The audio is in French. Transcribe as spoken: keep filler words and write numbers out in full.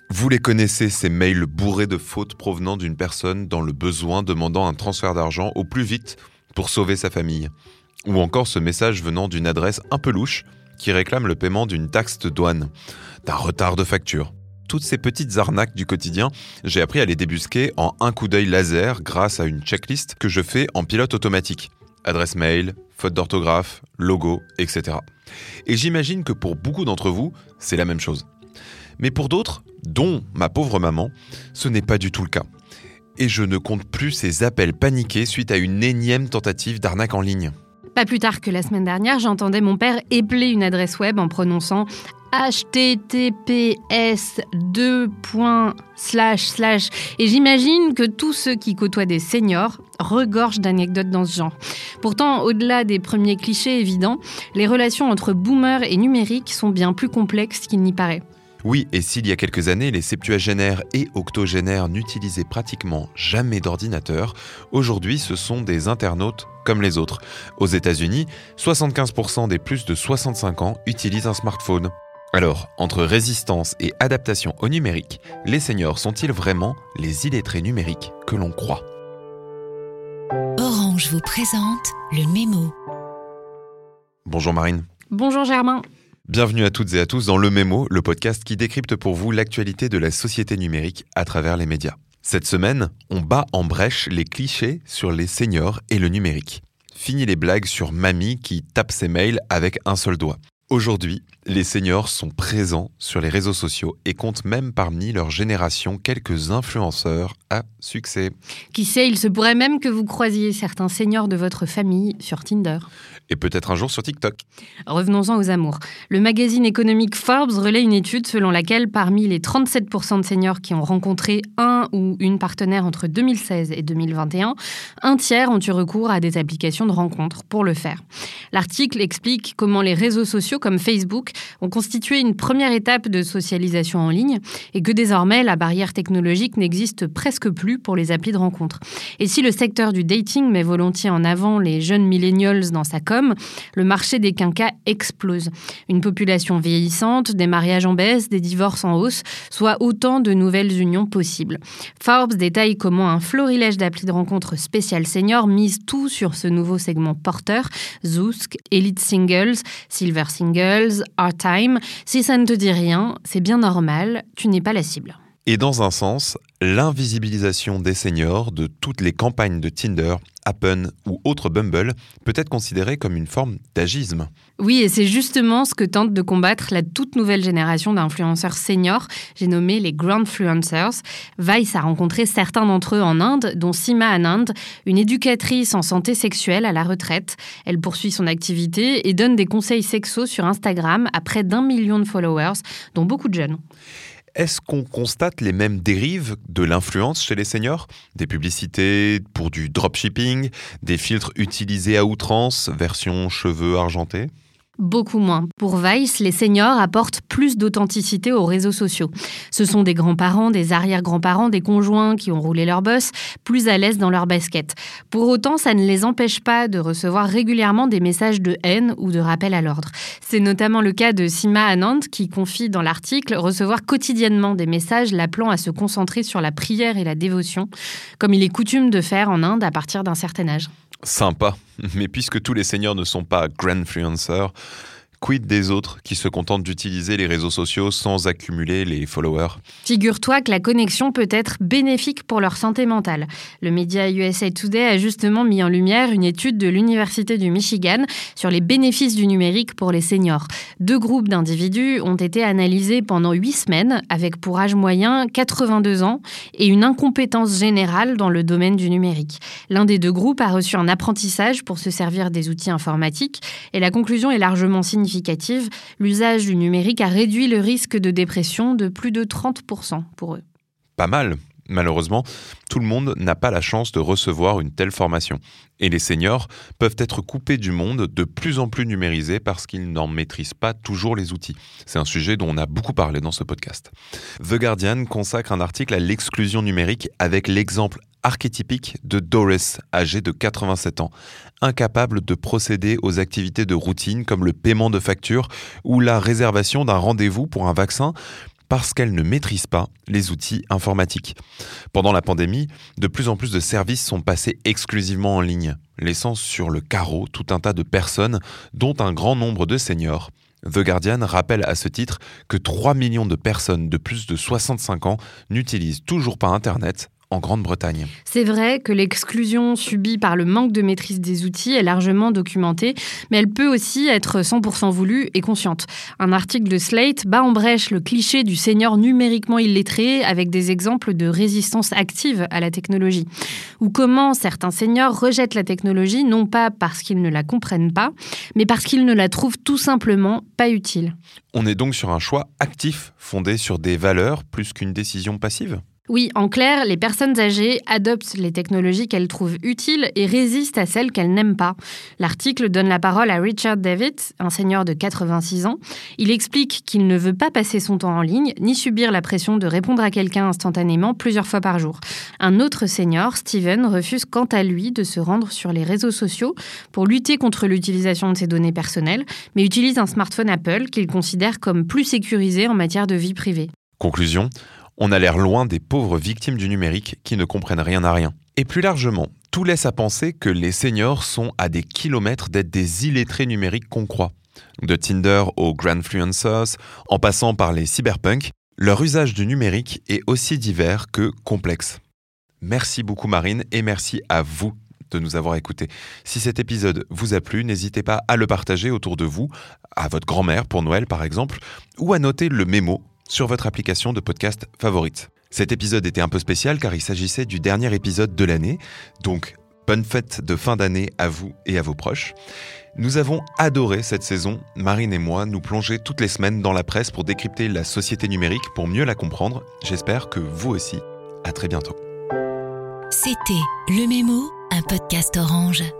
Vous les connaissez, ces mails bourrés de fautes provenant d'une personne dans le besoin demandant un transfert d'argent au plus vite pour sauver sa famille. Ou encore ce message venant d'une adresse un peu louche qui réclame le paiement d'une taxe de douane, d'un retard de facture. Toutes ces petites arnaques du quotidien, j'ai appris à les débusquer en un coup d'œil laser grâce à une checklist que je fais en pilote automatique. Adresse mail, faute d'orthographe, logo, et cetera. Et j'imagine que pour beaucoup d'entre vous, c'est la même chose. Mais pour d'autres, dont ma pauvre maman, ce n'est pas du tout le cas. Et je ne compte plus ces appels paniqués suite à une énième tentative d'arnaque en ligne. Pas plus tard que la semaine dernière, j'entendais mon père épeler une adresse web en prononçant H T T P S deux slash slash et j'imagine que tous ceux qui côtoient des seniors regorgent d'anecdotes dans ce genre. Pourtant, au-delà des premiers clichés évidents, les relations entre boomers et numérique sont bien plus complexes qu'il n'y paraît. Oui, et s'il y a quelques années, les septuagénaires et octogénaires n'utilisaient pratiquement jamais d'ordinateur, aujourd'hui ce sont des internautes comme les autres. Aux États-Unis, soixante-quinze pour cent des plus de soixante-cinq ans utilisent un smartphone. Alors, entre résistance et adaptation au numérique, les seniors sont-ils vraiment les illettrés numériques que l'on croit ? Orange vous présente le mémo. Bonjour Marine. Bonjour Germain. Bienvenue à toutes et à tous dans Le Mémo, le podcast qui décrypte pour vous l'actualité de la société numérique à travers les médias. Cette semaine, on bat en brèche les clichés sur les seniors et le numérique. Fini les blagues sur mamie qui tape ses mails avec un seul doigt. Aujourd'hui, les seniors sont présents sur les réseaux sociaux et comptent même parmi leur génération quelques influenceurs à succès. Qui sait, il se pourrait même que vous croisiez certains seniors de votre famille sur Tinder. Et peut-être un jour sur TikTok. Revenons-en aux amours. Le magazine économique Forbes relaie une étude selon laquelle parmi les trente-sept pour cent de seniors qui ont rencontré un ou une partenaire entre deux mille seize et deux mille vingt et un, un tiers ont eu recours à des applications de rencontres pour le faire. L'article explique comment les réseaux sociaux comme Facebook ont constitué une première étape de socialisation en ligne et que désormais la barrière technologique n'existe presque plus pour les applis de rencontres. Et si le secteur du dating met volontiers en avant les jeunes millennials dans sa com, le marché des quinquas explose. Une population vieillissante, des mariages en baisse, des divorces en hausse, soit autant de nouvelles unions possibles. Forbes détaille comment un florilège d'applis de rencontres spéciales seniors mise tout sur ce nouveau segment porteur, Zoosk, Elite Singles, Silver Singles, Our Time. Si ça ne te dit rien, c'est bien normal, tu n'es pas la cible. Et dans un sens, l'invisibilisation des seniors de toutes les campagnes de Tinder, Happn ou autres Bumble peut être considérée comme une forme d'agisme. Oui, et c'est justement ce que tente de combattre la toute nouvelle génération d'influenceurs seniors, j'ai nommé les Grandfluencers. Vice a rencontré certains d'entre eux en Inde, dont Seema Anand, une éducatrice en santé sexuelle à la retraite. Elle poursuit son activité et donne des conseils sexos sur Instagram à près d'un million de followers, dont beaucoup de jeunes. Est-ce qu'on constate les mêmes dérives de l'influence chez les seniors ? Des publicités pour du dropshipping, des filtres utilisés à outrance, version cheveux argentés ? Beaucoup moins. Pour Vice, les seniors apportent plus d'authenticité aux réseaux sociaux. Ce sont des grands-parents, des arrière-grands-parents, des conjoints qui ont roulé leur bosse, plus à l'aise dans leur basket. Pour autant, ça ne les empêche pas de recevoir régulièrement des messages de haine ou de rappel à l'ordre. C'est notamment le cas de Seema Anand qui confie dans l'article recevoir quotidiennement des messages l'appelant à se concentrer sur la prière et la dévotion, comme il est coutume de faire en Inde à partir d'un certain âge. Sympa, mais puisque tous les seniors ne sont pas grandfluencers, quid des autres qui se contentent d'utiliser les réseaux sociaux sans accumuler les followers ? Figure-toi que la connexion peut être bénéfique pour leur santé mentale. Le média U S A Today a justement mis en lumière une étude de l'Université du Michigan sur les bénéfices du numérique pour les seniors. Deux groupes d'individus ont été analysés pendant huit semaines, avec pour âge moyen quatre-vingt-deux ans et une incompétence générale dans le domaine du numérique. L'un des deux groupes a reçu un apprentissage pour se servir des outils informatiques et la conclusion est largement significative. L'usage du numérique a réduit le risque de dépression de plus de trente pour cent pour eux. Pas mal. Malheureusement, tout le monde n'a pas la chance de recevoir une telle formation. Et les seniors peuvent être coupés du monde de plus en plus numérisé parce qu'ils n'en maîtrisent pas toujours les outils. C'est un sujet dont on a beaucoup parlé dans ce podcast. The Guardian consacre un article à l'exclusion numérique avec l'exemple archétypique de Doris, âgée de quatre-vingt-sept ans, incapable de procéder aux activités de routine comme le paiement de factures ou la réservation d'un rendez-vous pour un vaccin parce qu'elles ne maîtrisent pas les outils informatiques. Pendant la pandémie, de plus en plus de services sont passés exclusivement en ligne, laissant sur le carreau tout un tas de personnes, dont un grand nombre de seniors. The Guardian rappelle à ce titre que trois millions de personnes de plus de soixante-cinq ans n'utilisent toujours pas Internet en Grande-Bretagne. C'est vrai que l'exclusion subie par le manque de maîtrise des outils est largement documentée, mais elle peut aussi être cent pour cent voulue et consciente. Un article de Slate bat en brèche le cliché du senior numériquement illettré avec des exemples de résistance active à la technologie. Ou comment certains seniors rejettent la technologie, non pas parce qu'ils ne la comprennent pas, mais parce qu'ils ne la trouvent tout simplement pas utile. On est donc sur un choix actif fondé sur des valeurs plus qu'une décision passive ? Oui, en clair, les personnes âgées adoptent les technologies qu'elles trouvent utiles et résistent à celles qu'elles n'aiment pas. L'article donne la parole à Richard David, un senior de quatre-vingt-six ans. Il explique qu'il ne veut pas passer son temps en ligne, ni subir la pression de répondre à quelqu'un instantanément plusieurs fois par jour. Un autre senior, Steven, refuse quant à lui de se rendre sur les réseaux sociaux pour lutter contre l'utilisation de ses données personnelles, mais utilise un smartphone Apple qu'il considère comme plus sécurisé en matière de vie privée. Conclusion ? On a l'air loin des pauvres victimes du numérique qui ne comprennent rien à rien. Et plus largement, tout laisse à penser que les seniors sont à des kilomètres d'être des illettrés numériques qu'on croit. De Tinder aux Grandfluencers, en passant par les cyberpunks, leur usage du numérique est aussi divers que complexe. Merci beaucoup Marine et merci à vous de nous avoir écoutés. Si cet épisode vous a plu, n'hésitez pas à le partager autour de vous, à votre grand-mère pour Noël par exemple, ou à noter le mémo sur votre application de podcast favorite. Cet épisode était un peu spécial car il s'agissait du dernier épisode de l'année, donc bonne fête de fin d'année à vous et à vos proches. Nous avons adoré cette saison, Marine et moi, nous plonger toutes les semaines dans la presse pour décrypter la société numérique, pour mieux la comprendre. J'espère que vous aussi. À très bientôt. C'était Le Mémo, un podcast Orange.